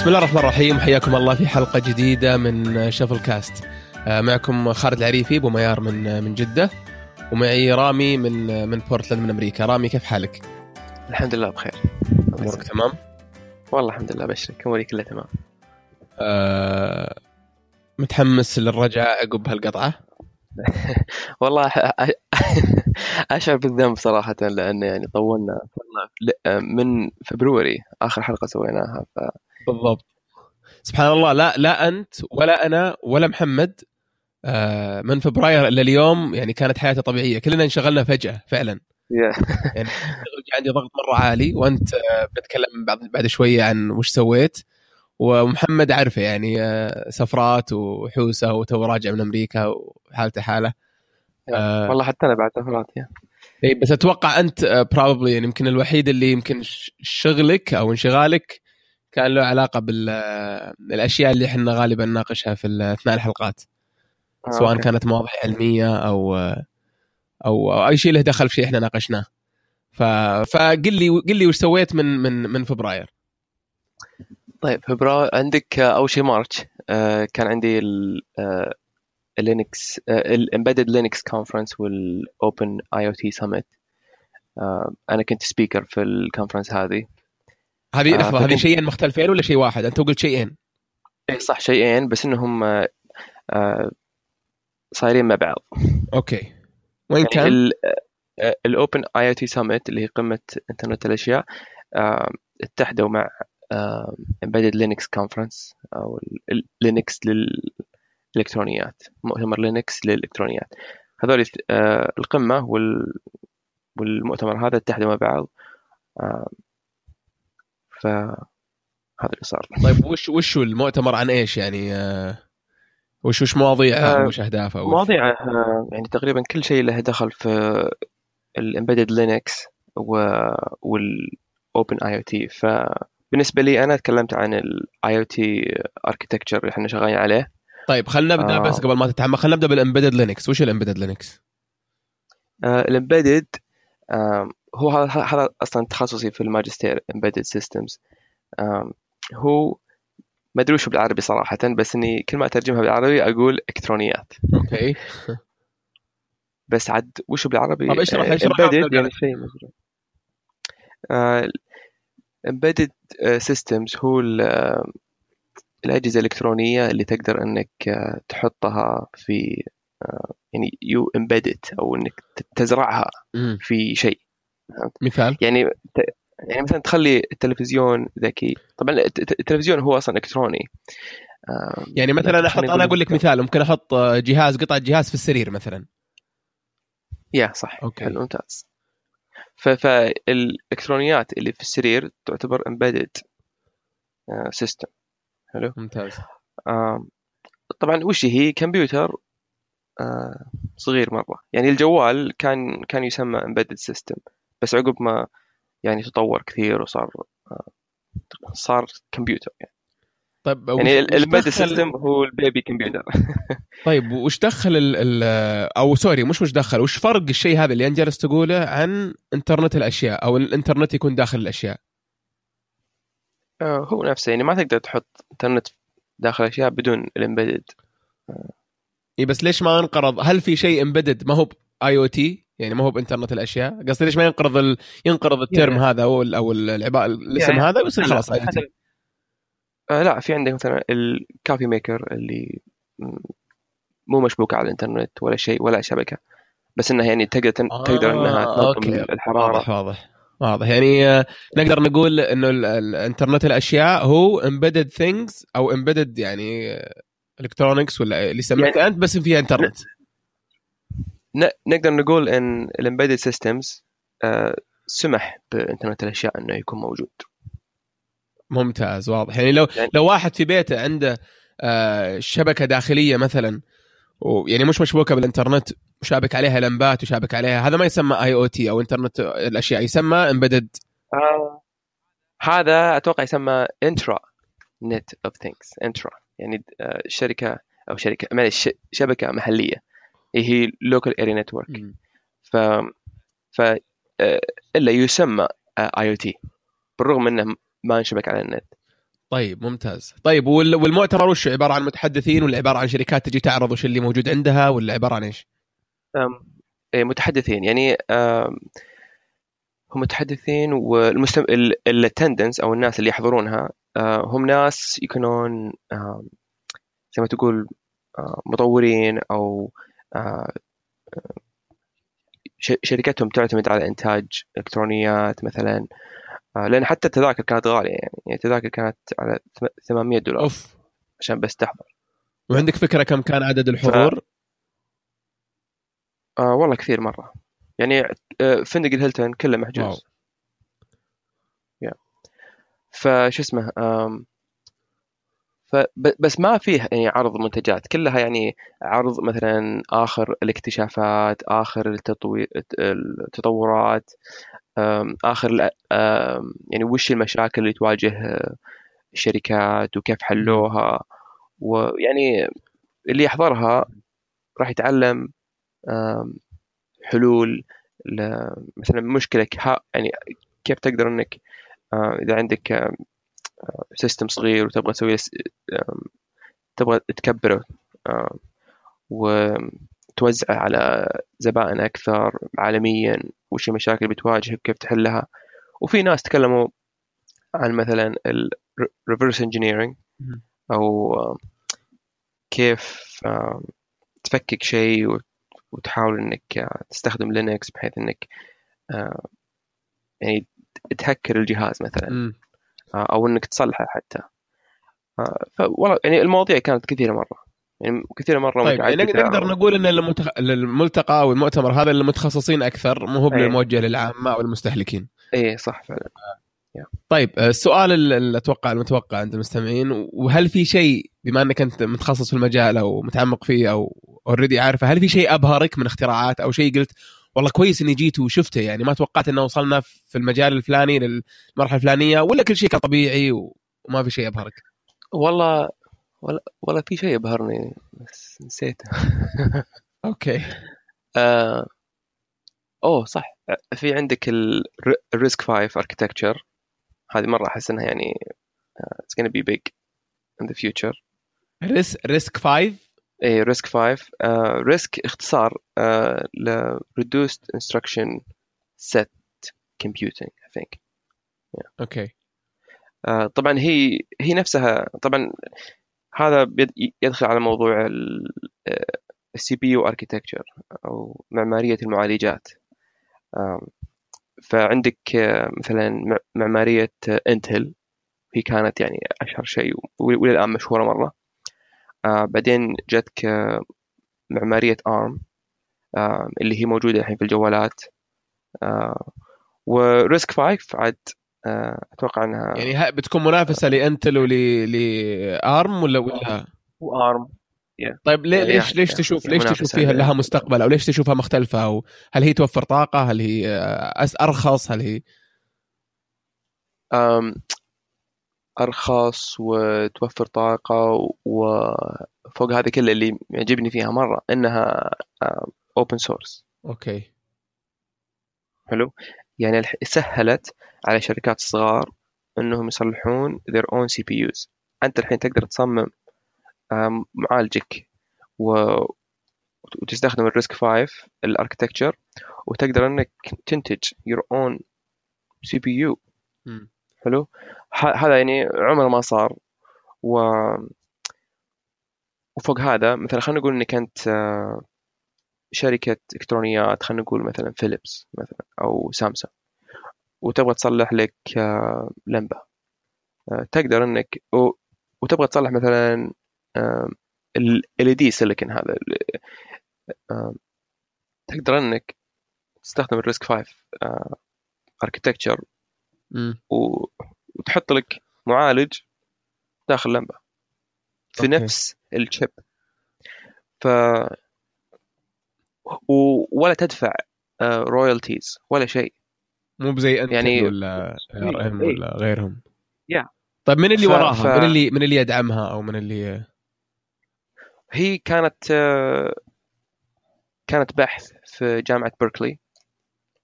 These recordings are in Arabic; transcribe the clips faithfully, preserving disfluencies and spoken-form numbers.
الله الرحمن الرحيم. حياكم الله في حلقة جديدة من شفل كاست. معكم خالد العريفي أبو ميار من من جدة، ومعي رامي من من بورتلاند من أمريكا. رامي كيف حالك؟ الحمد لله بخير. أمورك تمام؟ والله الحمد لله بشرك، أموري كلها تمام. أه متحمس للرجعة عقب هالقطعة؟ والله أشعر بالذنب صراحة، لأن يعني طولنا من فبراير آخر حلقة سويناها. ف... بالضبط. سبحان الله، لا لا أنت ولا أنا ولا محمد آه من فبراير إلا اليوم يعني كانت حياته طبيعية. كلنا انشغلنا فجأة فعلا. يعني عندي ضغط مرة عالي، وأنت آه بتكلم بعد بعد شوية عن وش سويت. ومحمد عارفه يعني آه سفرات وحوسة وتو راجع من أمريكا وحالته حالة. آه والله حتى أنا بعد سفرات يعني. إيه بس أتوقع أنت probably يعني يمكن الوحيد اللي يمكن شغلك أو انشغالك كان له علاقة بالأشياء اللي إحنا غالبا نناقشها في أثناء الحلقات، آه سواء أوكي. كانت مواضيع علمية أو أو, أو أي شيء له دخل في شيء إحنا ناقشناه. ف فقل لي قل لي وش سويت من من من فبراير. طيب فبراير عندك أول شيء مارتش. آه كان عندي ال اللينكس الامبيدد لينكس كونفرنس والاوبن اي او تي سمت. انا كنت سبيكر في الكونفرنس هذه. هذه آه لحظة، هذه فكنت... شيئين مختلفين ولا شيء واحد؟ أنت قلت شيئين. ايه صح، شيئين بس انهم آه آه صايرين مع بعض. اوكي، وين يعني كان؟ الاوبن اي او تي سمت اللي هي قمة انترنت الاشياء، آه اتحدوا مع آه امبيدد لينكس كونفرنس او لينكس للالكترونيات، مؤتمر لينكس للالكترونيات. هذول آه القمة وال والمؤتمر هذا اتحدوا مع بعض. آه فهذا اللي صار. طيب وش وش المؤتمر عن ايش يعني؟ آه وش وش مواضيعه آه او وش اهدافه او وش؟ مواضيع آه يعني تقريبا كل شيء له دخل في الامبيدد لينكس والاوبن اي او تي. فبالنسبه لي انا تكلمت عن الاي او تي اركيتكتشر اللي احنا شغالين عليه. طيب خلينا نبدا آه بس قبل ما تتعمق، خلينا نبدا بالامبيدد لينكس. وش الامبيدد لينكس؟ آه الامبيدد آه هو هذا هذا اصلا تخصصي في الماجستير امبيدد سيستمز. آه هو ما ادري وش بالعربي صراحه، بس اني كل ما اترجمها بالعربي اقول الكترونيات. اوكي. بس عاد وش بالعربي؟ طب اشرح اشرح امبيدد يعني شيء مزروع. امبيدد سيستمز هو الأجهزة الإلكترونية اللي تقدر إنك تحطها في يعني you embed it أو إنك تزرعها مم. في شيء. مثال يعني يعني مثلا تخلي التلفزيون ذكي. طبعا التلفزيون هو أصلا إلكتروني. يعني مثلا احط، انا اقول لك مثال، ممكن احط جهاز قطعة جهاز في السرير مثلا. يا صح. اوكي حلو ممتاز. فالإلكترونيات اللي في السرير تعتبر embedded system. حلو ممتاز. طبعا وش هي؟ كمبيوتر آه صغير مرة. يعني الجوال كان كان يسمى embedded system، بس عقب ما يعني تطور كثير وصار آه صار كمبيوتر يعني. طيب يعني وش الامبيدد دخل؟ سيستم هو البيبي كمبيوتر. طيب وش دخل ال ال او سوري مش وش دخل، وش فرق الشيء هذا اللي انت جالس تقوله عن انترنت الاشياء او الانترنت يكون داخل الاشياء؟ آه هو نفسه، يعني ما تقدر تحط انترنت داخل اشياء بدون الامبيدد. آه اي بس ليش ما ينقرض؟ هل في شيء امبيدد ما هو اي او تي يعني ما هو بانترنت الاشياء؟ قصدي ليش ما ينقرض ال... ينقرض الترم يعني هذا او ال... او العباء الاسم يعني هذا ويصير لا خلاص اي او تي؟ آه لا، في عندك مثلا الكافي ميكر اللي مو مشبوك على الانترنت ولا شيء ولا شبكة، بس انها يعني تقدر تقدر انها آه، تنظم اوكي الحرارة. واضح واضح واضح. يعني آه، نقدر نقول انه ال- ال- الانترنت الاشياء هو embedded things او embedded يعني الكترونكس ولا اللي سميته يعني انت، بس فيها انترنت. ن- نقدر نقول ان الامبيدد سيستمز آه سمح بانترنت الاشياء انه يكون موجود. ممتاز واضح. يعني لو يعني لو واحد في بيته عنده آه، شبكه داخليه مثلا، ويعني مش مشبوكه بالانترنت وشابك عليها لمبات وشابك عليها، هذا ما يسمى اي او تي او انترنت الاشياء، يسمى امبيدد. آه هذا اتوقع يسمى انترا نت اوف ثينجز. انترا يعني آه شركه او شركه معلش شبكه محليه، هي لوكال اريا نتورك. ف ف آه الا يسمى اي او تي بالرغم انه ما انشبك على النت. طيب ممتاز. طيب والمؤتمر وش عباره عن متحدثين ولا عباره عن شركات تجي تعرض وش اللي موجود عندها ولا عباره عن ايش؟ متحدثين يعني هم متحدثين والمستم الاتندنس او الناس اللي يحضرونها هم ناس يكونون زي ما تقول مطورين او شركاتهم تعتمد على انتاج الكترونيات مثلا، لان حتى التذاكر كانت غاليه يعني التذاكر كانت على ثمانمية دولار أوف. عشان بس تحضر. وعندك فكره كم كان عدد الحضور؟ ف... آه والله كثير مره يعني آه فندق الهيلتون كله محجوز. yeah. فش اسمه آم فبس ما فيه يعني عرض منتجات كلها يعني عرض مثلا آخر الاكتشافات آخر التطوير التطورات آخر يعني وش المشاكل اللي تواجه الشركات وكيف حلوها، ويعني اللي يحضرها راح يتعلم حلول مثلا مشكلة يعني كيف تقدر انك اذا عندك سيستم صغير وتبغى تسوي تبغى تكبره وتوزعه على زبائن أكثر عالميا وش المشاكل بتواجه وكيف تحلها. وفي ناس تكلموا عن مثلا ال reverse engineering أو كيف تفكك شيء وتحاول إنك تستخدم لينكس بحيث إنك يعني تهكر الجهاز مثلا أو إنك تصلحه حتى. فوالله يعني المواضيع كانت كثيرة مرة يعني كثيرة مرة طيب يعني نقدر و... نقول ان المتخ... الملتقى او المؤتمر هذا للمتخصصين اكثر مو هو للموجه للعامه او المستهلكين. ايه صح فعلا. طيب السؤال اللي اتوقع المتوقع عند المستمعين، وهل في شيء بما انك انت متخصص في المجال او متعمق فيه او اوريدي عارفه، هل في شيء ابهرك من اختراعات او شيء قلت والله كويس اني جيت وشفته يعني ما توقعت انه وصلنا في المجال الفلاني للمرحله الفلانيه، ولا كل شيء كان طبيعي وما في شيء ابهرك؟ والله ولا ولا في شيء يبهرني بس نسيته. اوكي. آه... اوه صح، في عندك الريسك خمسة architecture، هذه مرة أحس إنها يعني uh, it's gonna be big in the future. ريسك ريسك خمسة. إيه ريسك خمسة ريسك uh, اختصار uh, ل reduced instruction set computing I think. yeah. اوكي. uh, طبعا هي هي نفسها طبعا هذا يدخل على موضوع السي بي يو اركيتكتشر او معماريه المعالجات. فعندك مثلا معماريه انتل هي كانت يعني اشهر شيء وللان مشهوره مره. بعدين جتك معماريه ارم اللي هي موجوده الحين في الجوالات. وريسك خمسة عاد اتوقع انها يعني بتكون منافسه لانتل ولارم ولا ولا وارم. yeah. طيب ليه ليش ليش yeah. تشوف ليش تشوف فيها لها مستقبل، او ليش تشوفها مختلفه، او هل هي توفر طاقه، هل هي ارخص، هل هي أم ارخص وتوفر طاقه، وفوق هذا كله اللي يعجبني فيها مره انها اوبن سورس. اوكي حلو، يعني سهلت على الشركات الصغار انهم يصلحون their own سي بي يوز. انت الحين تقدر تصمم معالجك و... وتستخدم الريسك خمسة الاركتكتشر وتقدر انك تنتج your own سي بي يو. حلو، هذا يعني عمره ما صار. و... وفوق هذا مثلا خلينا نقول انك انت شركة الكترونيات، خلينا نقول مثلا فيليبس مثلا او سامسونج، وتبغى تصلح لك لمبة، تقدر انك و... وتبغى تصلح مثلا ال إل إي دي سيليكون هذا، تقدر انك تستخدم الريسك خمسة اركتكتشر و... وتحط لك معالج داخل لمبة في أوكي. نفس الشيب، ف و... ولا تدفع رويالتيز ولا شيء، مو بزي انتل يعني ولا ار ام ولا غيرهم. yeah. طيب من اللي ف... وراها ف... من اللي من اللي يدعمها او من اللي هي كانت كانت بحث في جامعة بيركلي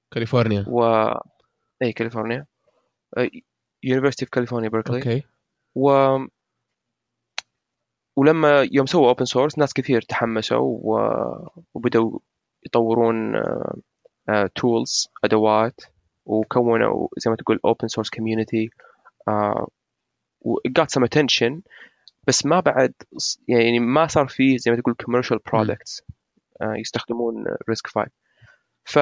كاليفورنيا. و اي كاليفورنيا، يونيفرسيتي في كاليفورنيا بيركلي. اوكي. و ولما يوم سووا اوبن سورس ناس كثير تحمسوا و... وبدأوا يطورون تولز ادوات وكونوا زي ما تقول open source community uh, و got some attention بس ما بعد يعني ما صار فيه زي ما تقول commercial products uh, يستخدمون ريسك فايف. ف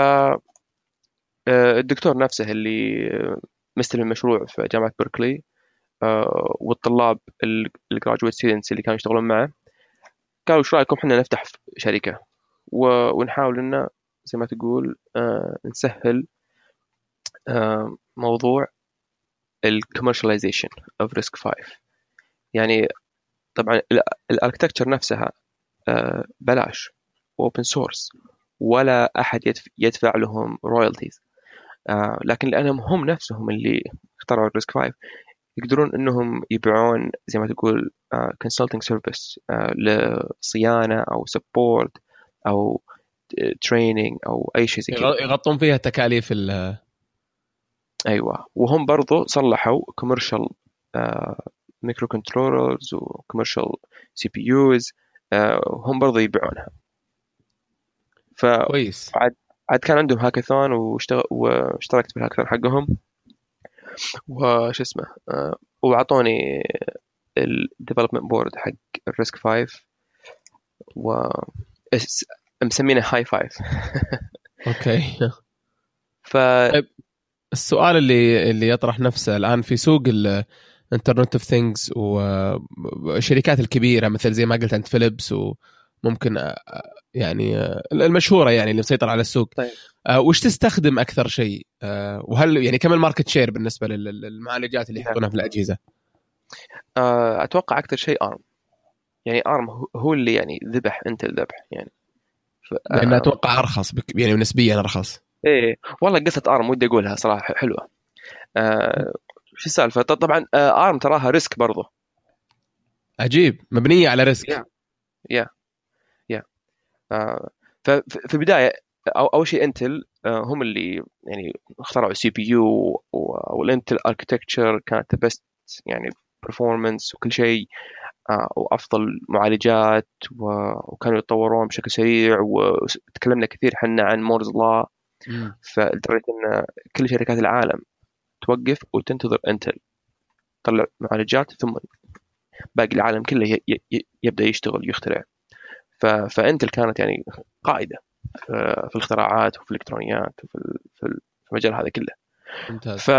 الدكتور نفسه اللي مستلم المشروع في جامعة بيركلي uh, والطلاب الجراجويت ستودنتس اللي كانوا يشتغلون معه قالوا شو رأيكم احنا نفتح شركة و... ونحاول إنه زي ما تقول uh, نسهل uh, موضوع الكوميرشاليزيشن اوف ريسك فايف. يعني طبعا الاركتكتشر نفسها بلاش اوبن سورس ولا احد يدفع لهم رويالتيز، لكن لانهم هم نفسهم اللي اخترعوا الريسك فايف يقدرون انهم يبيعون زي ما تقول كونسلتنج سيرفيس لصيانه او سبورت او تريننج او اي شيء زي كذا، يغطون فيها تكاليف ال ايوه. وهم برضو صلحوا كوميرشال مايكرو كنترولرز وكوميرشال سي بي يوز هم برضو يبيعونها. ف كويس. عاد عاد كان عندهم هاكاثون واشتغل واشتركت بالهاكاثون حقهم وش اسمه uh, وعطوني الديفلوبمنت بورد حق الريسك فايف و مسمينه هاي فايف. اوكي. ف السؤال اللي اللي يطرح نفسه الآن في سوق الانترنت اوف ثينجز والشركات الكبيرة مثل زي ما قلت أنت فيليبس وممكن يعني المشهورة يعني اللي مسيطر على السوق. طيب. وش تستخدم أكثر شيء وهل يعني كم الماركت شير بالنسبة للمعالجات اللي يحطونها في الأجهزة؟ أتوقع أكثر شيء آرم. يعني آرم هو اللي يعني ذبح أنت الذبح يعني ف... لأنه أتوقع أرخص بك... يعني نسبيا أرخص. إيه والله قصة آرم ودي أقولها صراحة حلوة. آه شو السالفة؟ طبعا آه آرم تراها ريسك برضو عجيب، مبنية على ريسك. يا يا يا ففي البداية أو أول شيء انتل آه هم اللي يعني اخترعوا السي بي يو والانتل اركتكتشر كانت بست يعني performance وكل شيء آه وأفضل معالجات وكانوا يتطورون بشكل سريع. وتكلمنا كثير حنا عن مورز لا، فلدرجة أن كل شركات العالم توقف وتنتظر انتل تطلع معالجات ثم باقي العالم كله يبدأ يشتغل يخترع. فانتل كانت يعني قائدة في الاختراعات وفي الإلكترونيات وفي في المجال هذا كله. ممتاز. ف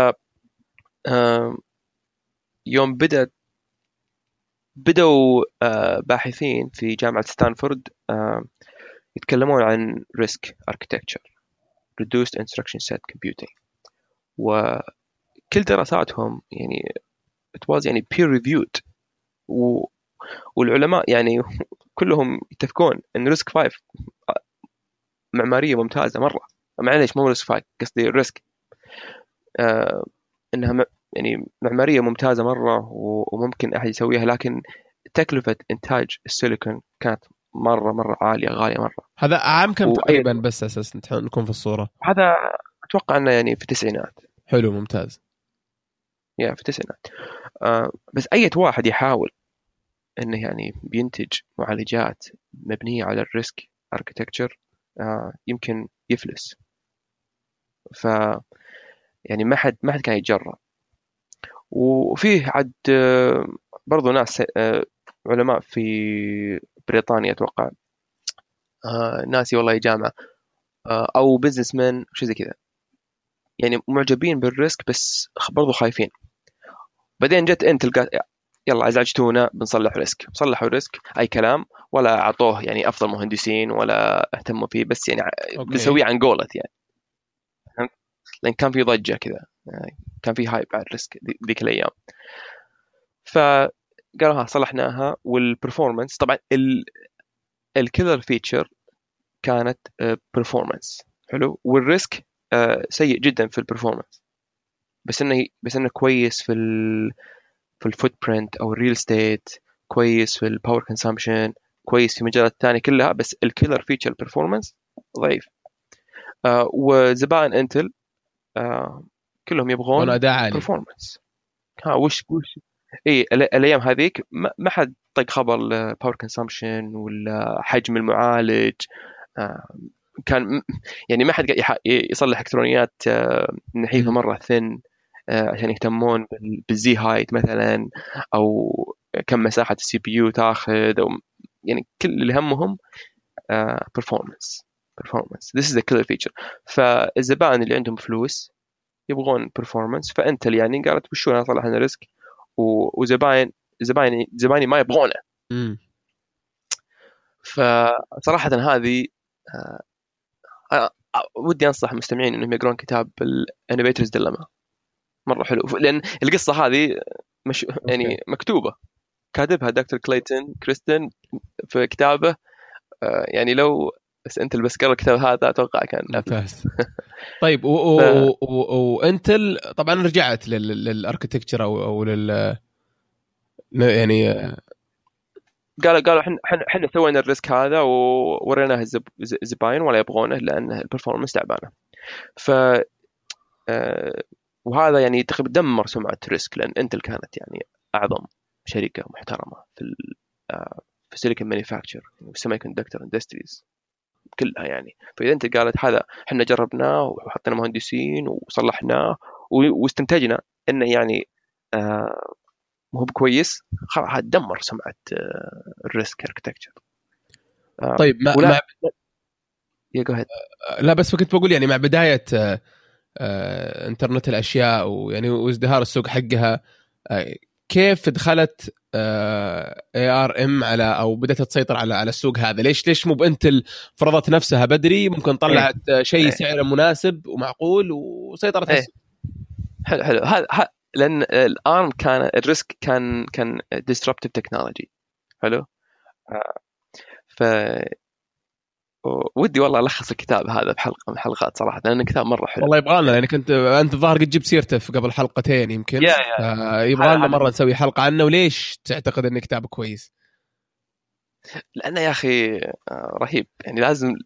يوم بدأت بدأوا باحثين في جامعة ستانفورد يتكلمون عن risk architecture reduced instruction set computing، وكل دراساتهم يعني it was يعني peer reviewed و... والعلماء يعني كلهم يتفقون ان ريسك فايف معمارية ممتازة مرة. معليش مو ريسك فايف قصدي الريسك آه انها م... يعني معمارية ممتازة مرة وممكن احد يسويها، لكن تكلفة انتاج السيليكون كانت مرة مرة عالية غالية مرة. هذا عام كم تقريبا بس أساس نكون في الصورة؟ هذا أتوقع أنه يعني في التسعينات. حلو ممتاز. يا في التسعينات. آه بس أي واحد يحاول أنه يعني بينتج معالجات مبنية على الريسك أركيتكتشر آه يمكن يفلس. ف يعني ما حد ما حد كان يتجرأ. وفيه عد آه برضو ناس آه علماء في بريطانيا أتوقع آه ناسي والله جامعة آه أو بزنس مان شو زي كذا، يعني معجبين بالريسك بس برضو خايفين. بعدين جت انت تلقى يلا ازعجتونا بنصلح ريسك، صلحوا ريسك اي كلام ولا اعطوه يعني افضل مهندسين ولا اهتموا فيه، بس يعني بنسويه عن قولت يعني، لان كان في ضجه كذا يعني كان في هايب على الريسك ذيك الايام. فقالوا ها صلحناها. والبرفورمانس طبعا الكيلر فيتشر كانت برفورمانس حلو، والريسك سيء جدا في البرفورمانس بس انه بس انه كويس في ال في الفوت برنت او الريل ستيت، كويس في الباور كونسامشن، كويس في مجالات ثانيه كلها، بس الكيلر فيتشر البرفورمانس ضعيف. آه وزبائن انتل آه كلهم يبغون اداء عالي برفورمانس. ها وش وش اي الايام هذيك ما حد طق خبر الباور كونسامشن ولا حجم المعالج. كان يعني ما حد يصلح الكترونيات نحيفه مره ثن عشان يهتمون بالزي هايت مثلا، او كم مساحه السي بي يو تاخذ، او يعني كل اللي همهم performance performance this is the killer feature. فالزبائن اللي عندهم فلوس يبغون performance، فانت اللي يعني قالت وشو انا اصلح انا ريسك، وزباين زبايني زبايني ما يبغونه. امم فصراحه هذه آه ودي انصح المستمعين انهم يقرون كتاب الانوفيتورز ديلما، مره حلو، لان القصه هذه مش يعني مكتوبه كاتبها دكتور كليتون كريستن في كتابه. آه يعني لو بس انت اللي بس قرأ الكتاب هذا اتوقع كان ممتاز. طيب وانتل ف... طبعا رجعت للاركتكتشر او او لل يعني قالوا قالوا احنا احنا سوينا الريسك هذا ووريناه الزب... الزباين ولا يبغونه لان البرفورمانس تعبانه. ف آه وهذا يعني تقريبا دمر سمعه ريسك، لان انتل كانت يعني اعظم شركه محترمه في ال... آه في سيليكون مانيفاكتشر والسيمي كوندكتور اندستريز كلها يعني. فاذا انت قالت هذا احنا جربناه وحطينا مهندسين وصلحناه واستنتجنا انه يعني آه مو بكويس، خلاص هتدمر سمعه آه الريسك اركتكتشر. آه طيب ما, ولا... ما... يا جوهد. لا بس كنت بقول يعني مع بدايه آه آه انترنت الاشياء ويعني وازدهار السوق حقها، آه كيف دخلت اي ار ام على او بدات تسيطر على على السوق هذا؟ ليش ليش مو بانتل فرضت نفسها بدري، ممكن طلعت ايه شيء ايه سعره مناسب ومعقول وسيطرت على السوق؟ حلو حلو هذا لان الارم كان الريسك كان كان disruptive technology. حلو. ف ودي والله الخص الكتاب هذا بحلقه من الحلقات صراحه، لان الكتاب مره حلو والله يبغى لنا يعني كنت انت الظاهر قد جبت سيرته في قبل حلقتين يمكن، يبغى لنا مره نسوي حلقه عنه. وليش تعتقد ان كتابه كويس؟ لانه يا اخي رهيب يعني لازم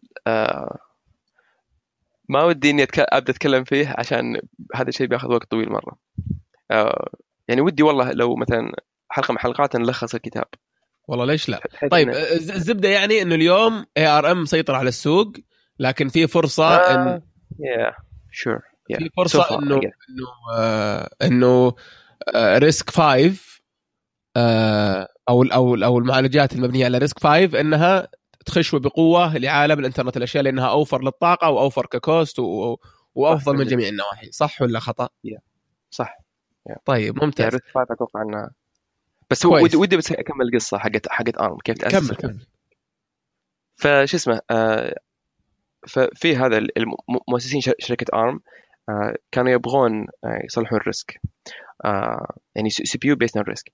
ما ودي اني ابدا اتكلم فيه عشان هذا الشيء بياخذ وقت طويل مره. يعني ودي والله لو مثلا حلقه من حلقات نلخص الكتاب. والله ليش لا. طيب الزبده يعني انه اليوم اي ار ام مسيطر على السوق، لكن في فرصه آه ان yeah, sure. yeah. في فرصه so انه انه آه انه آه ريسك خمسة آه او او او المعالجات المبنيه على ريسك خمسة انها تخش بقوه لعالم الانترنت الاشياء، لانها اوفر للطاقه واوفر ككوست وافضل من جميع النواحي. صح ولا خطا؟ yeah. صح. yeah. طيب ممتاز. ريسك خمسة اتوقع انه بس هو ودي ودي بس اكمل القصه حقت حقت ارم كيف تاسس. كمل كمل. فش اسمه آه ففي هذا المؤسسين شركه ارم آه كانوا يبغون آه يصلحون الريسك، آه يعني سي بي يو بيست اون ريسك.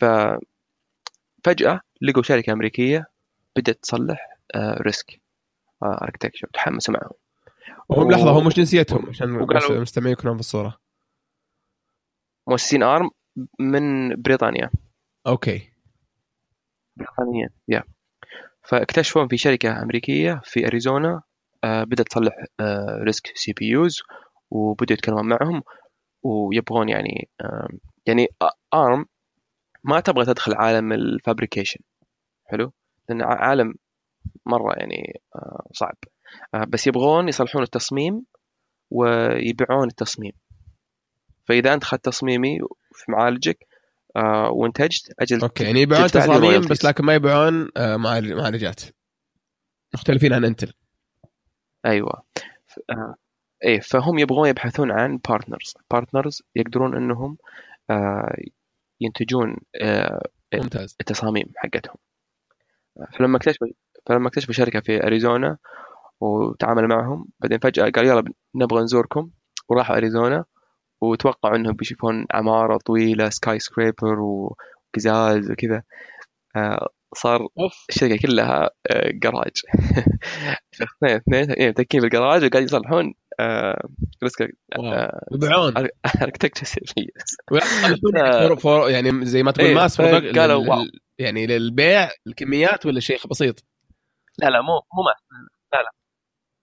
ففجاه لقوا شركه امريكيه بدات تصلح آه ريسك اركتكتشر، تحمسوا معهم. وهم لحظه هم مش جنسيتهم عشان المستمعين يكونوا في الصوره؟ مؤسسين ارم من بريطانيا. اوكي بريطانيين يا. فاكتشفوا في شركه امريكيه في اريزونا آه بدات تصلح آه ريسك سي بي يوز، وبدأوا يتكلمون معهم ويبغون يعني آه يعني ارم ما تبغى تدخل عالم الفابريكيشن. حلو، لان عالم مره يعني آه صعب، آه بس يبغون يصلحون التصميم ويبيعون التصميم. فاذا انت اخذت تصميمي في معالجك آه وانتجت اجل اوكي يعني يبيعون تصاميم بس لكن ما يبيعون آه معالجات، مختلفين عن انتل. ايوه آه ايه فهم يبغون يبحثون عن بارتنرز بارتنرز يقدرون انهم آه ينتجون آه ممتاز التصاميم حقتهم. فلما اكتشفوا فلما اكتشفوا شركه في اريزونا وتعامل معهم، بعدين فجاه قال يلا نبغى نزوركم، وراحوا اريزونا وتوقعوا انهم بيشوفون عماره طويله سكاي سكريبر وقزاز وكذا. آه صار الشركه كلها آه جراج شخصين اثنين ايه متكين بالجراج وقاعد يصلحون آه ريسك يبيعون اركتكتشر يصلحون يعني زي ما تقول ايه ماس برودكت لل... يعني للبيع الكميات ولا شيء بسيط؟ لا لا مو مو ماس لا لا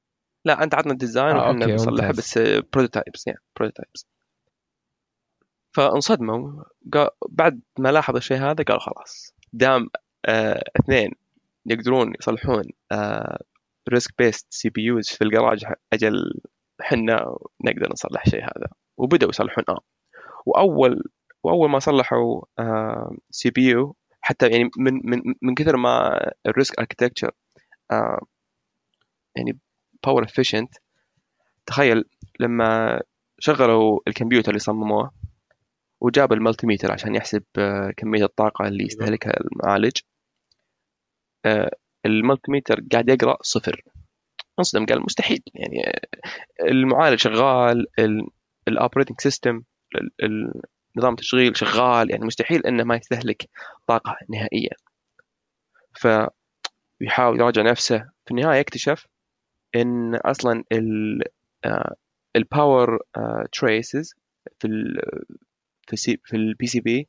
لا انت عطنا الديزاين آه وحنا بنصلحه بس بروتوتايبس يعني بروتوتايبس. فانصدموا بعد ما لاحظ الشيء هذا، قالوا خلاص دام آه اثنين يقدرون يصلحون آه ريسك بيست سي بي يوز في الجراج، اجل حنا نقدر نصلح شيء هذا. وبدأوا يصلحون ارم. واول واول ما صلحوا آه سي بي يو، حتى يعني من من من كثر ما الريسك اركتكتشر آه يعني باور افيشنت، تخيل لما شغلوا الكمبيوتر اللي صمموه وجاب الملتي ميتر عشان يحسب آه كمية الطاقة اللي يستهلكها المعالج، آه الملتي ميتر قاعد يقرأ صفر. انصدم، قال مستحيل، يعني المعالج شغال، الاوبريتنج سيستم، نظام التشغيل شغال، يعني مستحيل انه ما يستهلك طاقة نهائيا. فيحاول يراجع نفسه، في النهاية يكتشف ان اصلا الباور تريسز في ال في سي في البي سي بي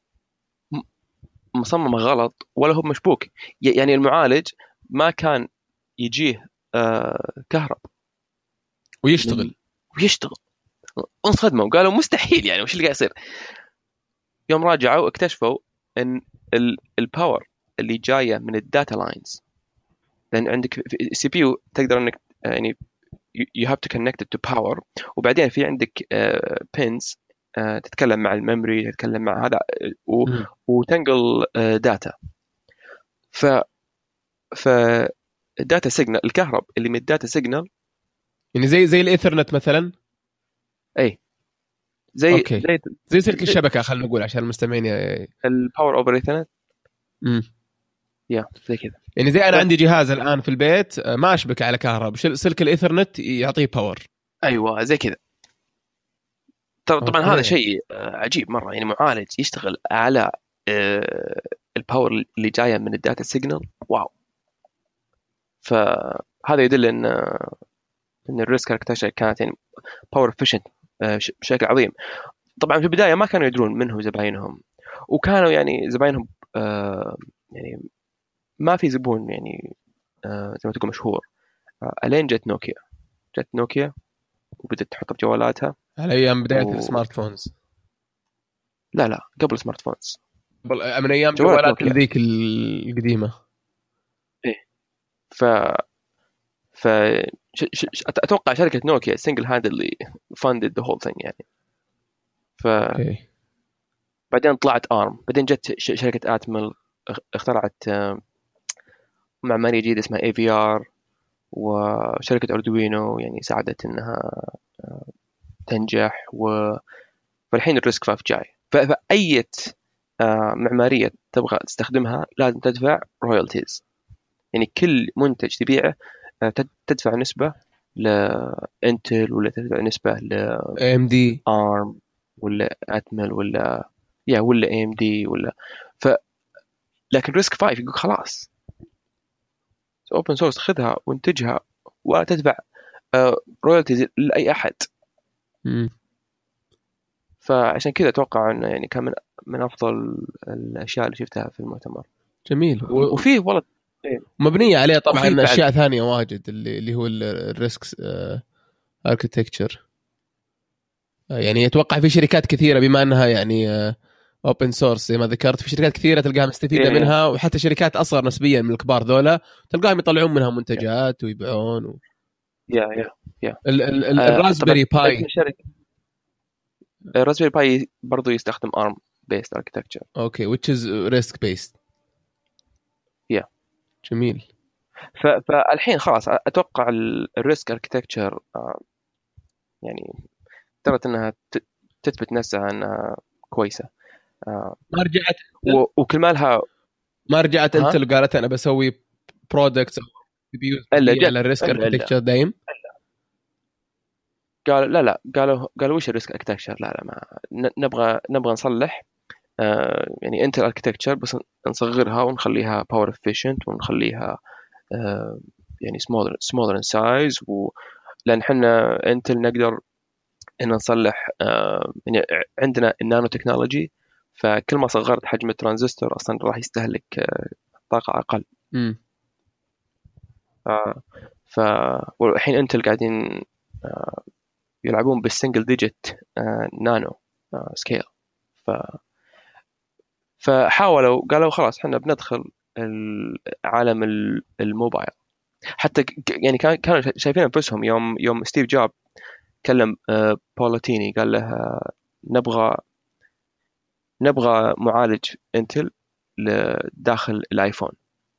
مصممة غلط، ولا هو مشبوك. يعني المعالج ما كان يجيه كهرب ويشتغل ويشتغل انصدموا وقالوا مستحيل، يعني وش اللي قاعد يصير؟ يوم راجعوا اكتشفوا ان الباور اللي جايه من الداتا لاينز، لان عندك سي بي يو تقدر انك يعني you have to connect it to power، وبعدين في عندك بينز تتكلم مع الميموري، تتكلم مع هذا وتنقل داتا. ف ف الداتا سيجنال، الكهرب اللي من الداتا سيجنال، يعني زي زي الايثرنت مثلا. اي زي أوكي. زي زي سلك الشبكه، خلينا نقول عشان المستمعين. الباور اوفر ايثرنت. امم يا زي كذا. يعني زي انا عندي جهاز الان في البيت ما اشبك على كهرب، سلك الايثرنت يعطيه باور. ايوه زي كذا. طبعا هذا شيء عجيب مره، يعني معالج يشتغل على الباور اللي جايه من الداتا سيجنال. واو. فهذا يدل ان ان الريسك اركتكتشر كانت يعني باور افيشنت بشكل عظيم. طبعا في البدايه ما كانوا يدرون منه زباينهم، وكانوا يعني زباينهم يعني ما في زبون يعني زي ما تقول مشهور، الين جت نوكيا. جت نوكيا وبدت تحط بجوالاتها على ايام بدايه و... السمارت فونز. لا لا قبل سمارت فونز، من ايام جوالات ذيك القديمه. ايه. ف ف ش... ش... اتوقع شركه نوكيا سنجل هاندلي فاندد ذا هول ثينج يعني. ف okay. بعدين طلعت ارم، بعدين جت ش... شركه اتمل اخترعت معماريه جديده اسمها اي في ار، وشركه اردوينو يعني ساعدت انها تنجح. و فالحين الريسك فايف جاي، فأي معمارية تبغى تستخدمها لازم تدفع رويالتيز. يعني كل منتج تبيعه تدفع نسبة لإنتل، ولا تدفع نسبة ل إيه إم دي آرم، ولا أتمل، ولا يا ولا إيه إم دي، ولا ف لكن ريسك فايف يقول خلاص اوبن سورس، خذها وانتجها وتدفع رويالتيز لأي أحد. م. فعشان كذا اتوقع انه يعني كان من من افضل الاشياء اللي شفتها في المؤتمر. جميل. و... وفيه والله مبنيه عليه طبعا اشياء ثانيه واجد، اللي اللي هو الريسك اركتكتشر. يعني اتوقع في شركات كثيره بما انها يعني اوبن سورس زي ما ذكرت، في شركات كثيره تلقاها مستفيده إيه. منها، وحتى شركات اصغر نسبيا من الكبار ذولا تلقاهم يطلعون منها منتجات ويبيعون و... يا يا يا الراسبيري باي. الراسبيري باي برضو يستخدم ارم بيست اركتكتشر. اوكي which is risk based. يا جميل. ف... فالحين خلاص اتوقع الريسك اركتكتشر يعني اضطرت انها تثبت نفسها انها كويسه. ما رجعت و... وكل مالها ما رجعت انت اللي قالت انا بسوي برودكتس على الريسك اركتكتشر دايم. قال لا لا قالوا قالوا وش الريسك اركتكتشر؟ لا لا ما نبغى نبغى نصلح آه يعني انت الاركتكتشر بس نصغرها ونخليها باور افيشنت، ونخليها آه يعني سمولر سمولر ان سايز، لان احنا انتل نقدر ان نصلح آه يعني عندنا النانو تكنولوجي، فكل ما صغرت حجم الترانزستور اصلا راح يستهلك آه طاقه اقل. امم آه ف والحين انتل قاعدين آه يلعبون بالسنجل ديجيت آه نانو، سكيل. ف فحاولوا قالوا خلاص احنا بندخل عالم الموبايل. حتى يعني كانوا شايفين انفسهم يوم يوم ستيف جوب كلم بولتيني قال له نبغى نبغى معالج انتل داخل الايفون،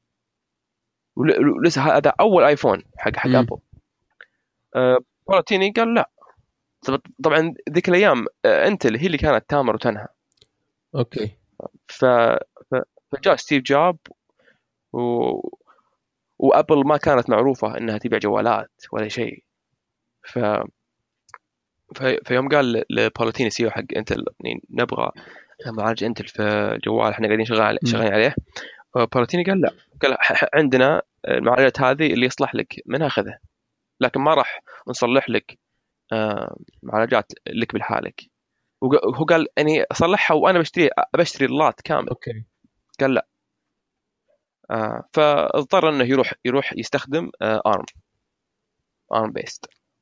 ولسه هذا اول ايفون حق حق ابل. بولتيني قال لا. طبعا ذيك الايام انتل هي اللي كانت تامر وتنهى. اوكي. ف فجاء ستيف جوب و... وابل ما كانت معروفه انها تبيع جوالات ولا شيء. ف في يوم قال لبولتيني سيو حق انتل نبغى معالج انتل في جوال احنا قاعدين شغال شغالين عليه، بولتيني قال لا، قال عندنا المعالجات هذه اللي يصلح لك منها خذها، لكن ما راح نصلح لك معالجات لك بالحالك. وهو قال اني اصلحها وانا بشتري بشتري اللات كامل. اوكي. قال لا. فاضطر انه يروح يروح يستخدم ارم ارم بيست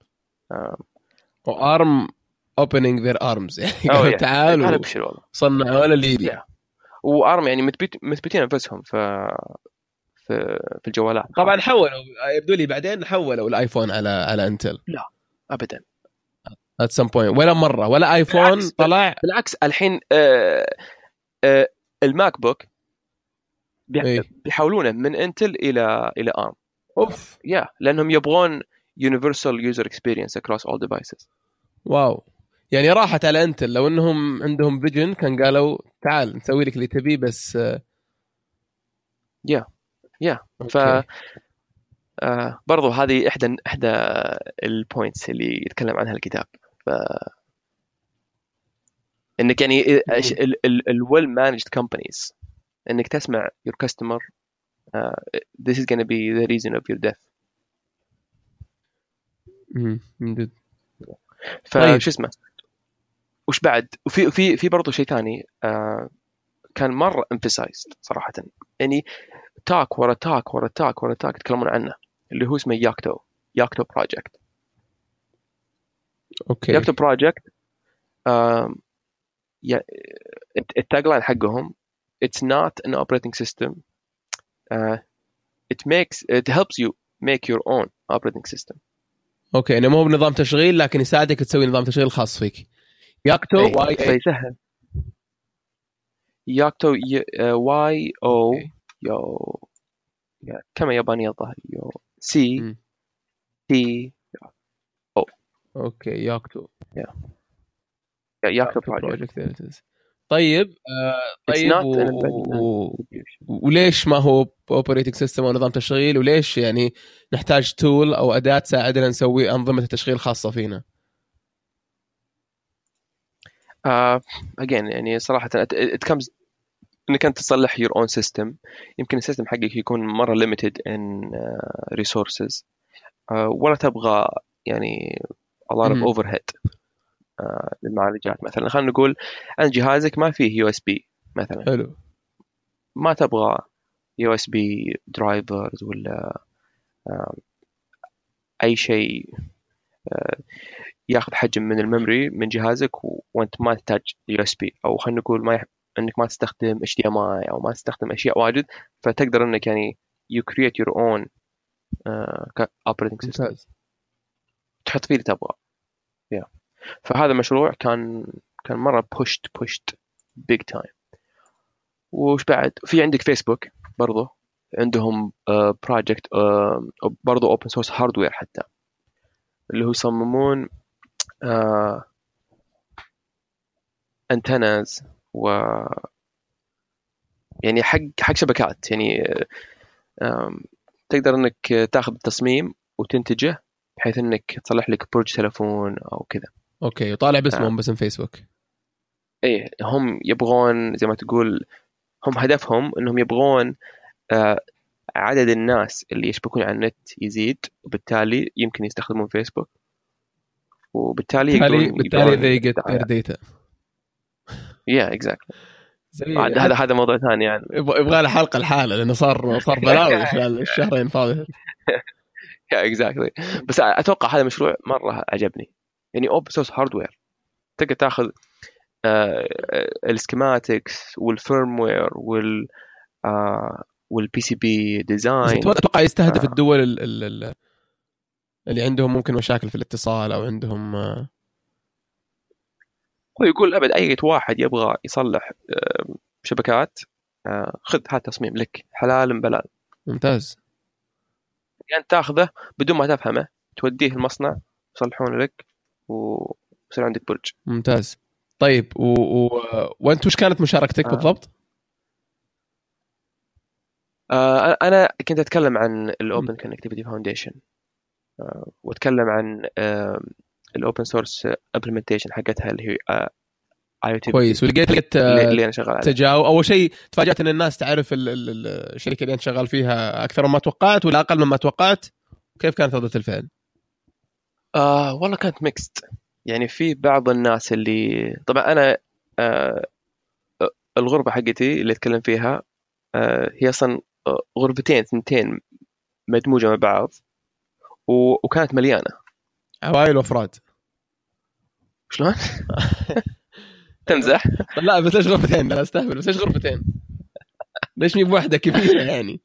وارم opening their arms يعني قالوا تعالوا صنعوا ولا اللي يبي. وارم يعني مثبت مثبتين انفسهم في في في الجوالات. طبعا حولوا يبدو لي بعدين حولوا الايفون على على انتل. لا ابدا at some point ولا مره ولا ايفون بالعكس طلع. بالعكس الحين آه آه الماك بوك بيحولونه من انتل الى الى ارم. اوف يا yeah. لانهم يبغون universal user experience across all devices. واو. يعني راحت على انتل، لو انهم عندهم فيجن كان قالوا تعال نسوي لك اللي تبيه بس. يا يا ف آه برضو هذه احدى احدى البوينتس اللي يتكلم عنها الكتاب. ف انك يعني ال well managed companies انك تسمع your customer uh, this is going to be the reason of your death. امم فشو اسمه وش بعد. وفي في في برضو شيء ثاني آه كان مره emphasized صراحه، يعني تاك ورا تاك ورا تاك ورا تاك يتكلمون عنه، اللي هو اسمه ياكتو ياكتو بروجكت. اوكي. ياكتو بروجكت التاجلاين حقهم it's not an operating system uh, it makes it helps you make your own operating system. اوكي يعني مو بنظام تشغيل لكن يساعدك تسوي نظام تشغيل خاص فيك. ياكتو واي فيسهل. ياكتو واي او يو كما يابانية الظاهر يو سي تي او. اوكي ياكتو يا ياكتو بروجكت. طيب آه طيب و... و... وليش ما هو اوبريتنج سيستم او نظام تشغيل، وليش يعني نحتاج تول او اداه تساعدنا نسوي انظمه تشغيل خاصه فينا؟ uh, again يعني صراحه it comes انك انت تصلح your own system. يمكن السيستم حقك يكون مره limited in uh, resources uh, ولا تبغى يعني a lot of overhead uh, للمعالجات. مثلا خلينا نقول ان جهازك ما فيه يو اس بي مثلا. حلو. ما تبغى يو اس بي درايفرز ولا uh, اي شيء uh, ياخذ حجم من الميموري من جهازك و... وانت ما تحتاج يو اس بي، او خلينا نقول ما يح... انك ما تستخدم اتش دي ام اي او ما تستخدم اشياء واجد، فتقدر انك يعني you create your own uh, operating system تحط فيه اللي تبغى. yeah. فهذا المشروع كان كان مره pushed pushed big time. وش بعد في عندك فيسبوك برضو عندهم بروجكت uh, uh, برضو اوبن سورس هاردوير حتى، اللي هو يصممون uh, انتناز و يعني حق حق شبكات، يعني تقدر انك تاخذ التصميم وتنتجه بحيث انك تصلح لك برج تلفون او كذا. اوكي. وطالع باسمهم آه. باسم فيسبوك. ايه هم يبغون زي ما تقول هم هدفهم انهم يبغون آه عدد الناس اللي يشبكون على النت يزيد، وبالتالي يمكن يستخدمون فيسبوك، وبالتالي يقدرون بالتالي they get their data. yeah exactly. هذا هذا موضوع ثاني يعني يبغى له حلقه الحاله لانه صار صار بلاوي خلال الشهرين فاضل. yeah exactly. بس اتوقع هذا مشروع مره عجبني، يعني open source hardware تقدر تاخذ السكيماتكس والفيرموير وال والبي سي بي ديزاين. اتوقع يستهدف آه. الدول ال ال اللي عندهم ممكن مشاكل في الاتصال او عندهم آه. هو يقول ابد اي واحد يبغى يصلح آه شبكات آه خذ هذا تصميم لك حلال بلال. ممتاز. يعني تاخذه بدون ما تفهمه توديه المصنع يصلحون لك ويصير عندك برج. ممتاز. طيب و... و... وانت وش كانت مشاركتك آه. بالضبط؟ آه انا كنت اتكلم عن الاوبن كونكتيفيتي فاونديشن واتكلم عن الاوبن سورس امبلمنتيشن حقتها اللي هي اي او تي. كويس. ولقيت لقيت اللي انا شغال عليه تجاوب. اول شيء تفاجأت ان الناس تعرف الشركه اللي انت شغال فيها اكثر مما توقعت ولا اقل مما توقعت؟ كيف كانت ردة الفعل؟ آه والله كانت ميكست. يعني في بعض الناس اللي طبعا انا آه الغرفه حقتي اللي اتكلم فيها آه هي اصلا غرفتين ثنتين مدموجه مع بعض وكانت مليانه عوائل وافراد. شلون؟ تمزح؟ لا بس ليش غرفتين؟ لا استهبل. بس ليش غرفتين؟ ليش مي بواحده كبيره يعني؟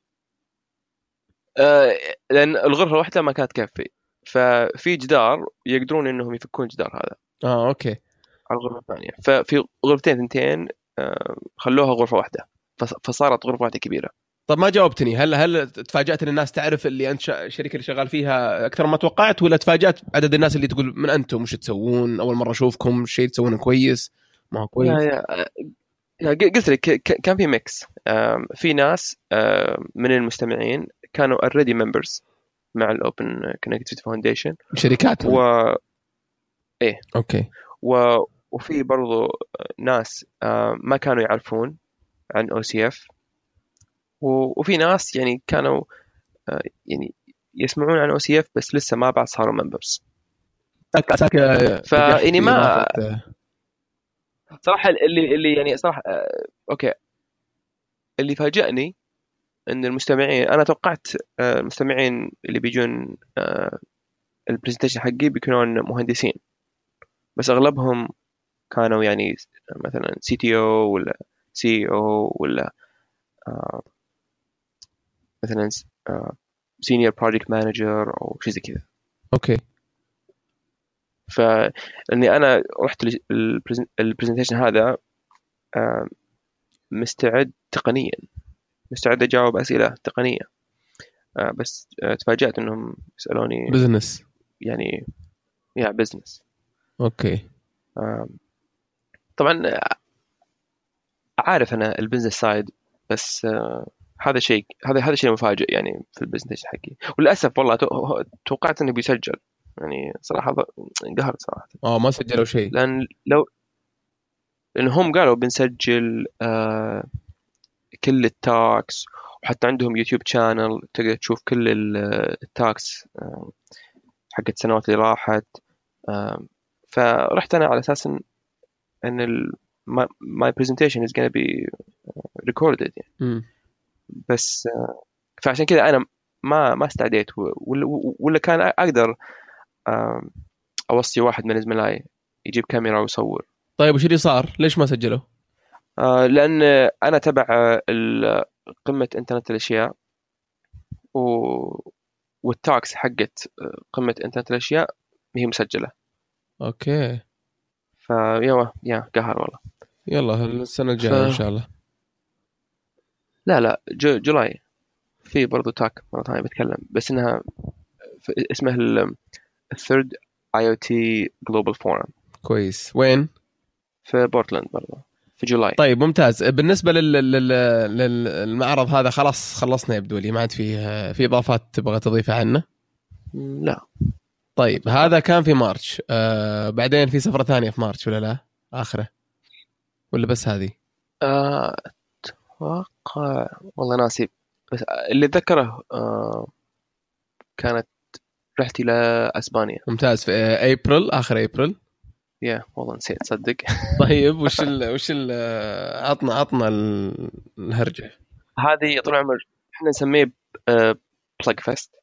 آه لان الغرفه الواحده ما كانت تكفي ففي جدار يقدرون انهم يفكون الجدار هذا. اه اوكي. على الغرفه الثانيه ففي غرفتين ثنتين آه خلوها غرفه واحده فصارت غرفه واحده كبيره. طب ما جاوبتني. هل هل تفاجأت ان الناس تعرف اللي انت الشركه اللي شغال فيها اكثر ما توقعت ولا تفاجأت عدد الناس اللي تقول من انتم وش تسوون اول مره اشوفكم شيء تسوونه كويس ما هو كويس؟ يا يا قلت لك كان في ميكس. في ناس من المستمعين كانوا already members مع الاوبن كونكتيفيتي فاونديشن شركات و ايه اوكي. و... وفي برضو ناس ما كانوا يعرفون عن او سي اف وفي ناس يعني كانوا يعني يسمعون عن او سي اف بس لسه ما بعد صاروا ممبرز. فاني ما صراحه اللي اللي يعني صراحه اوكي اللي فاجأني ان المستمعين انا توقعت المستمعين اللي بيجون البرزنتيشن حقي بيكونون مهندسين بس اغلبهم كانوا يعني مثلا سي تي او ولا سي او ولا آه مثلا سينيور بروجكت مانجر او شيء زي كذا. اوكي. فاني انا رحت البرزنتيشن هذا آه مستعد تقنيا مستعد اجاوب اسئله تقنيه آه بس آه تفاجأت انهم يسالوني بزنس يعني يا بزنس. اوكي. آه طبعا عارف انا البزنس سايد بس آه هذا شيء هذا هذا شيء مفاجئ يعني في البزنس حقي وللاسف والله توقعت انه بيسجل يعني صراحه انقهرت صراحه. اه ما سجلوا شيء لان لو لانهم قالوا بنسجل آه كل التاكس وحتى عندهم يوتيوب شانل تقدر تشوف كل التاكس آه حقت السنوات اللي راحت آه فرحت انا على اساس ان ال my, my presentation is gonna be recorded يعني. م. بس آه فعشان كذا انا ما ما استعديت ولا, ولا كان اقدر آه اوصي واحد من زملائي يجيب كاميرا ويصور. طيب وش اللي صار؟ ليش ما سجلوا؟ آه لان انا تبع قمه انترنت الاشياء و والتاكس حقت قمه انترنت الاشياء هي مسجله. اوكي. فيا يا قهر والله. يلا السنه الجايه ف... ان شاء الله. لا لا جو جولاي في برضو تاك مرة ثانية بتكلم بس انها اسمها ال third آي أو تي Global Forum. كويس. وين؟ في بورتلاند برضو في جولاي. طيب ممتاز. بالنسبة لل... لل... للمعرض هذا خلاص خلصنا يبدو لي ما عاد فيه في إضافات تبغى تضيفها عنه؟ لا. طيب هذا كان في مارش آه بعدين في سفرة ثانية في مارش ولا لا آخره ولا بس هذه؟ آه أتوقع والله ناسي بس اللي ذكره آه كانت رحتي لأسبانيا. ممتاز في أبريل آخر أبريل. يا yeah, والله نسيت صدق. طيب وش ال وش ال عطنا عطنا الهرجة هذه طول العمر احنا نسميه بلاج فيست.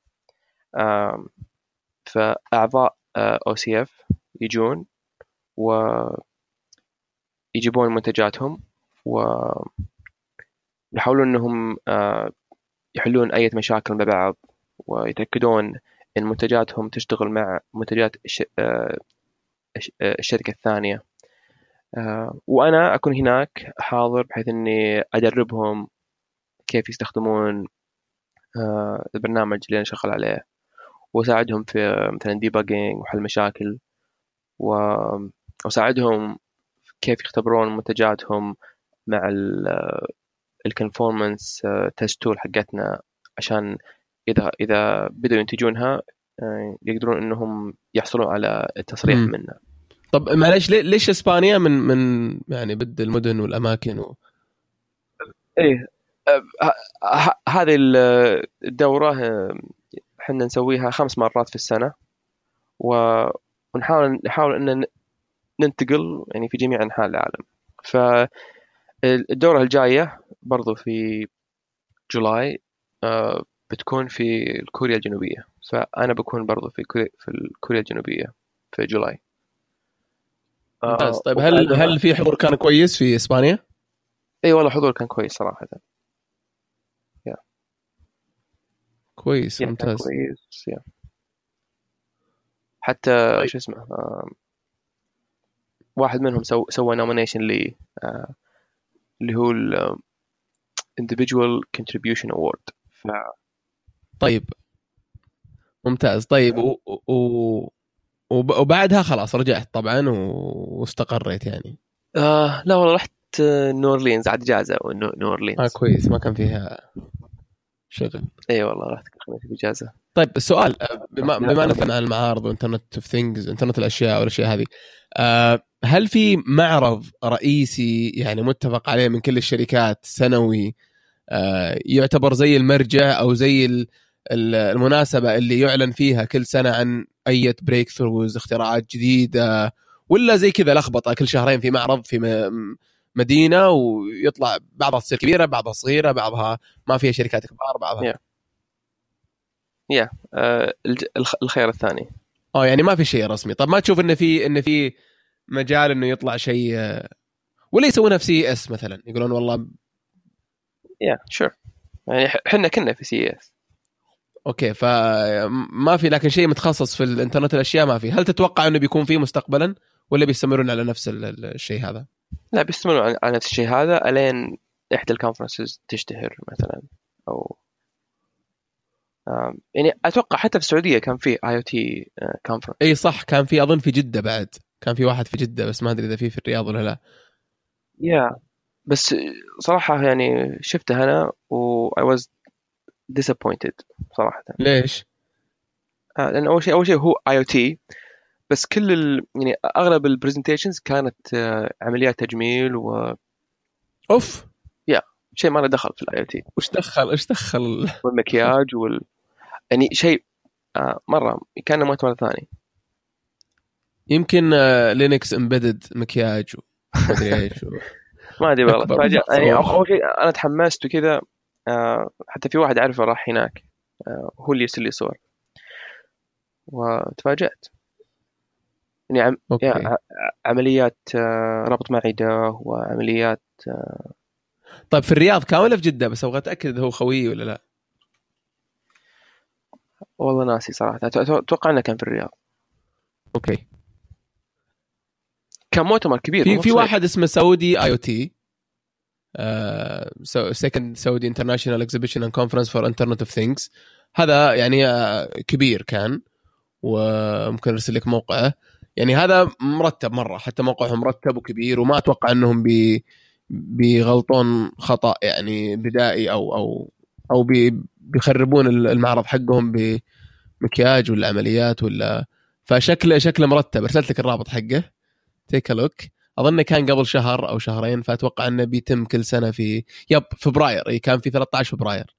فأعضاء أو سي إف يجون و يجيبون منتجاتهم ويحاولون أنهم يحلون أي مشاكل مع بعض، ويتأكدون أن منتجاتهم تشتغل مع منتجات الشركة الثانية. وأنا أكون هناك حاضر بحيث أني أدربهم كيف يستخدمون البرنامج اللي أنا شغال عليه، وأساعدهم في مثلا debugging وحل مشاكل، وأساعدهم كيف يختبرون منتجاتهم مع الكونفورمانس تيست تول حقتنا، عشان إذا إذا بدأوا ينتجونها يقدرون إنهم يحصلوا على التصريح م. منها. طب معلش ليش إسبانيا من من يعني بد المدن والأماكن و... إيه هذه الدورة حنا نسويها خمس مرات في السنة، ونحاول نحاول إن ننتقل يعني في جميع أنحاء العالم. فالدورة الجاية برضو في جولاي بتكون في كوريا الجنوبية، فأنا بكون برضو في كوريا في الكوريا الجنوبية في جولاي. ممتاز. طيب هل هل في حضور كان كويس في إسبانيا؟ أي والله حضور كان كويس صراحة. يا كويس ممتاز. كويس يا. حتى طيب. شو اسمه آه واحد منهم سو سوى نومينيشن لي آه اللي هو ال individual contribution award. ف... طيب ممتاز. طيب و... و... وبعدها خلاص رجعت طبعا واستقريت يعني؟ آه لا والله رحت نورلينز عاد اجازه. نورلينز اه كويس، ما كان فيها شغل. اي والله رحت في اجازه. طيب السؤال، بما بما نتكلم عن المعارض وانترنت اوف ثينجز، انترنت الاشياء والاشياء هذه، هل في معرض رئيسي يعني متفق عليه من كل الشركات سنوي يعتبر زي المرجع او زي المناسبه اللي يعلن فيها كل سنه عن اي بريك ثروز، اختراعات جديده، ولا زي كذا لخبطه كل شهرين في معرض في مدينه ويطلع بعضها تصير كبيره بعضها صغيره بعضها ما فيها شركات كبار بعضها؟ yeah. يا yeah. uh, الخيار الثاني. اه يعني ما في شيء رسمي. طب ما تشوف انه في انه في مجال انه يطلع شيء، ولا يسوونها في سي اس مثلا يقولون والله يا yeah, شور sure. يعني احنا كنا في سي اس. اوكي فما في، لكن شيء متخصص في الانترنت الاشياء ما في. هل تتوقع انه بيكون فيه مستقبلا ولا بيستمرون على نفس الشيء هذا؟ لا بيستمرون على نفس الشيء هذا الين احدى الكونفرنسز تشتهر مثلا، او يعني اتوقع حتى في السعوديه كان في اي او تي كونفرنس. اي صح، كان في اظن في جده بعد، كان في واحد في جده بس ما ادري اذا في في الرياض ولا لا. يا yeah. بس صراحه يعني شفته انا و I was disappointed صراحه. ليش؟ آه لان اول شيء اول شيء هو اي او تي، بس كل ال... يعني اغلب البرزنتيشنز كانت آه عمليات تجميل و اوف يا yeah. شيء ما له دخل في الاي او تي. وش دخل ايش دخل والمكياج وال يعني شيء آه مرة كان مؤتمر ثاني. يمكن لينكس امبيدد مكياج ما ادري ايش و... ما ادري والله فاجأ. يعني اول شيء انا تحمست وكذا، آه حتى في واحد اعرفه راح هناك، آه هو اللي يرسل لي صور وتفاجأت. يعني عم... يعني عمليات آه ربط معدة وعمليات آه... طيب في الرياض كان ولا في جدة؟ بس ابغى اتاكد اذا هو خوي ولا لا. والله ناسي صراحة، اتوقع انه كان في الرياض. اوكي. كان مؤتمر كبير. في في واحد اسمه سعودي اي او تي، سكند سعودي انترناشونال اكزيبيشن اند كونفرنس فور انترنت اوف ثينجز. هذا يعني uh, كبير كان، وممكن ارسل لك موقعه. يعني هذا مرتب مره، حتى موقعهم مرتب وكبير، وما اتوقع انهم بي بيغلطون خطا يعني بدائي او او او بي بيخربون المعرض حقهم بمكياج ولا عمليات ولا. فشكله شكله مرتب. ارسلت لك الرابط حقه تيك لوك. اظن كان قبل شهر او شهرين، فاتوقع انه بيتم كل سنه في يب فبراير. اي كان في ثلاثة عشر فبراير،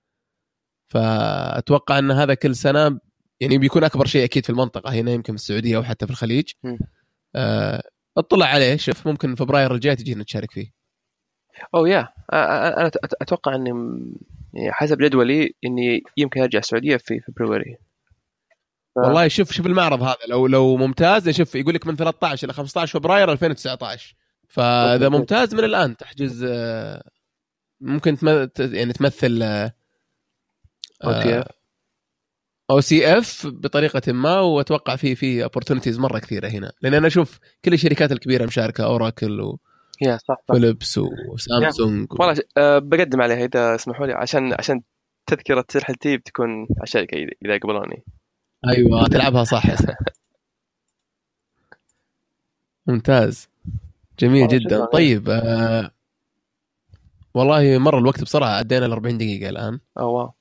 فاتوقع ان هذا كل سنه يعني بيكون اكبر شيء اكيد في المنطقه هنا، يمكن في السعوديه او حتى في الخليج. أه اطلع عليه شوف، ممكن فبراير الجاي تجي نتشارك فيه. او يا انا اتوقع اني حسب جدولي اني يمكن ارجع السعوديه في فبراير. ف... والله شوف شوف المعرض هذا لو لو ممتاز. شوف يقول لك من ثلاثة عشر الى خمسة عشر فبراير ألفين وتسعة عشر، فاذا ممتاز من الان تحجز ممكن تم... يعني تمثل او سي اف بطريقه ما، واتوقع في في opportunities مره كثيره هنا، لان انا اشوف كل الشركات الكبيره مشاركه، اوراكل و يا صح فيليبس وسامسونج والله و... أه بقدم عليها اذا اسمحوا لي، عشان عشان تذكره رحلتي بتكون على الشركه اذا قبلوني. ايوه تلعبها صح يا سلام. ممتاز جميل جدا. طيب آه... والله مر الوقت بسرعه، عدينا ال أربعين دقيقه الان. اه واو.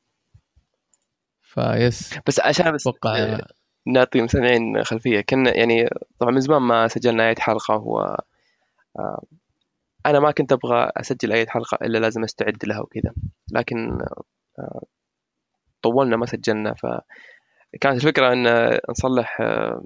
فيس بس عشان بس أتوقع... نعطي المستمعين خلفيه، كنا يعني طبعا من زمان ما سجلنا اي حلقه، و آه... انا ما كنت ابغى اسجل اي حلقه الا لازم استعد لها وكذا، لكن آه... طولنا ما سجلنا، فكانت الفكره ان نصلح آه...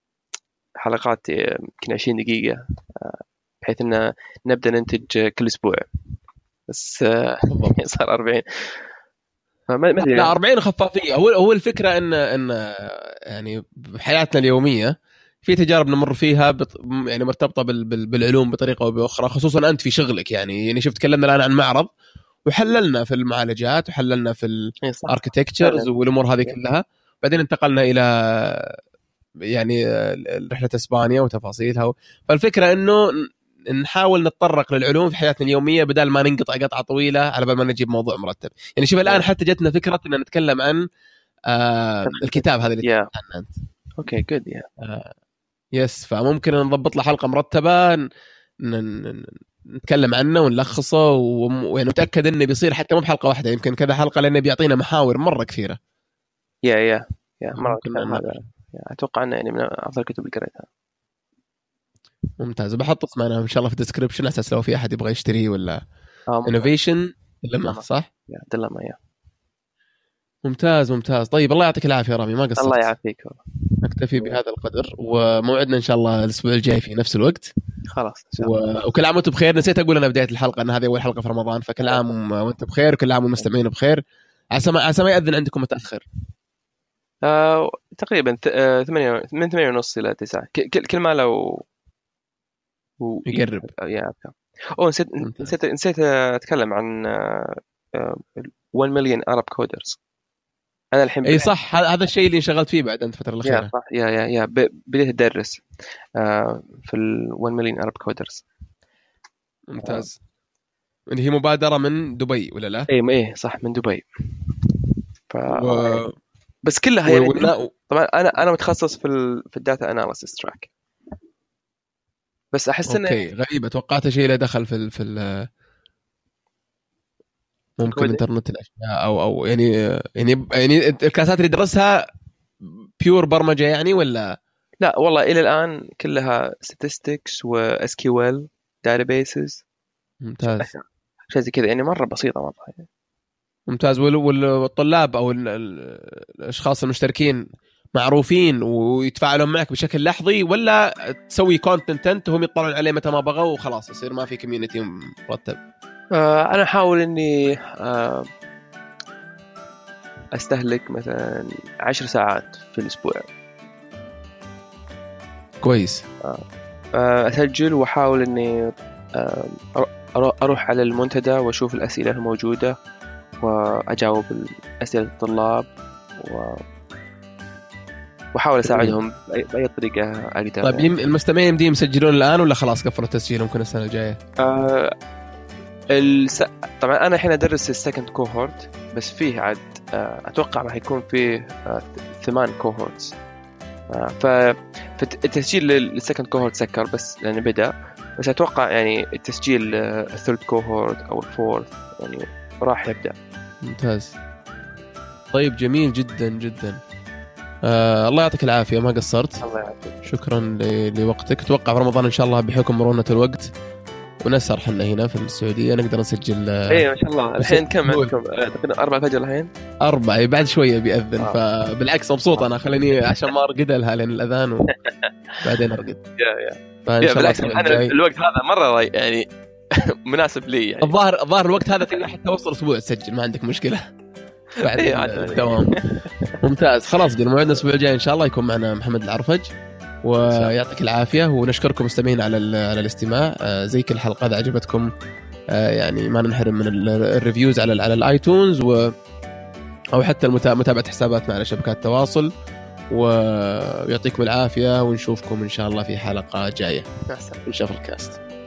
حلقات يمكن عشرين دقيقه، بحيث ان نبدا ننتج كل اسبوع، بس صار أربعين. فما لا أربعين خفافيه. هو هو الفكره ان ان يعني بحياتنا اليوميه في تجارب نمر فيها بط... يعني مرتبطه بال... بال... بالعلوم بطريقه او باخرى، خصوصا انت في شغلك. يعني يعني شفت تكلمنا الان عن معرض، وحللنا في المعالجات، وحللنا في الاركتكتشرز والامور هذه كلها، بعدين انتقلنا الى يعني رحله اسبانيا وتفاصيلها. فالفكره انه نحاول نتطرق للعلوم في حياتنا اليوميه بدل ما ننقطع قطعه طويله على بال ما نجيب موضوع مرتب. يعني شوف الان حتى جتنا فكره ان نتكلم عن آه الكتاب هذا اللي yeah. عنه انت. اوكي جود يا يس، فممكن نضبط له حلقه مرتبه ن... ن... نتكلم عنه ونلخصه، ويعني متاكد انه بيصير حتى مو بحلقه واحده، يمكن كذا حلقه، لانه بيعطينا محاور مره كثيره. يا يا يا مره هذا اتوقع انه يعني من افضل كتب اللي قريتها. ممتاز. بحط اسمه ان شاء الله في الديسكربشن اساس لو في احد يبغى يشتريه، ولا انوفيشن لما صح يا دلما يا ممتاز ممتاز. طيب الله يعطيك العافيه رامي، ما قصرت. الله يعافيك. نكتفي بهذا القدر، وموعدنا ان شاء الله الاسبوع الجاي في نفس الوقت. خلاص و... وكل عام وانتم بخير. نسيت اقول انا بدايه الحلقه ان هذه اول حلقه في رمضان، فكل عام وانتم بخير، وكل عام والمستمعين بخير. عسى ما عسى ما يأذن عندكم متاخر. آه، تقريبا ثمانية من ثمانية ونص إلى تسعة، كل كل ما لو و... يقرب. يا أوه نسيت نسيت نسيت أتكلم عن one million Arab coders. أنا الحين أي صح، هذا الشيء اللي انشغلت فيه بعد أنت فترة الأخيرة. يا صح يا يا يا بديت أدرس في ال one million Arab coders. ممتاز. اللي هي مبادرة من دبي ولا لا؟ إيه إيه صح من دبي. ف... و... بس كلها يعني و... طبعا انا انا متخصص في ال... في الداتا اناليسيس تراك، بس احس انه اوكي غريبه، توقعت شيء له دخل في ال... في ال... ممكن انترنت الاشياء او او يعني يعني يعني الكلاسات اللي درسها بيور برمجه يعني، ولا لا والله الى الان كلها statistics و اس كيو ال databases. ممتاز. شيء زي كذا يعني مره بسيطه مره يعني. ممتاز. والطلاب او الاشخاص المشتركين معروفين ويتفاعلون معك بشكل لحظي، ولا تسوي كونتنت انت وهم يطلعون عليه متى ما بغوا وخلاص يصير ما في كوميونتي مرتب؟ آه انا احاول اني آه استهلك مثلا عشر ساعات في الاسبوع. كويس. آه آه اسجل واحاول اني آه اروح على المنتدى واشوف الاسئله الموجوده واجاوب اسئله الطلاب و واحاول اساعدهم باي طريقه اقدر. طيب يعني المستمعين يمديهم يسجلون الان ولا خلاص قفلوا التسجيل ممكن السنه الجايه؟ آه الس... طبعا انا الحين ادرس السكند كوهورت، بس فيه عاد آه اتوقع راح يكون فيه آه ثمان كوهورتس. آه ف فالتسجيل للسكند كوهورت سكر بس لانه بدا، بس اتوقع يعني التسجيل الثيرد كوهورت او الفورث يعني راح يبدا. ممتاز. طيب جميل جدا جدا. آه الله يعطيك العافيه، ما قصرت. الله يعافيك. شكرا ل... لوقتك. اتوقع في رمضان ان شاء الله بحكم مرونه الوقت ونسهر حنا هنا في السعوديه نقدر نسجل. ايه ما شاء الله. الحين كم عندكم؟ تقريبا أربعة الفجر الحين. أربعة بعد شويه بيأذن. آه. فبالعكس مبسوط انا، خليني عشان ما ارقد لها لين الاذان وبعدين ارقد. يا يا بالعكس انا الوقت هذا مره يعني مناسب لي يعني. الظاهر الظاهر الوقت هذا تقدر حتى توصل اسبوع تسجل ما عندك مشكله بعد الدوام. ممتاز. خلاص قلنا موعدنا الاسبوع الجاي ان شاء الله يكون معنا محمد العرفج. ويعطيك العافيه. ونشكركم مستمعين على على الاستماع. زي كل حلقه اذا عجبتكم يعني ما ننحرم من الريفيوز على على الايتونز و او حتى متابعه حساباتنا على شبكات التواصل. ويعطيكم العافيه ونشوفكم ان شاء الله في حلقه جايه من شفر كاست.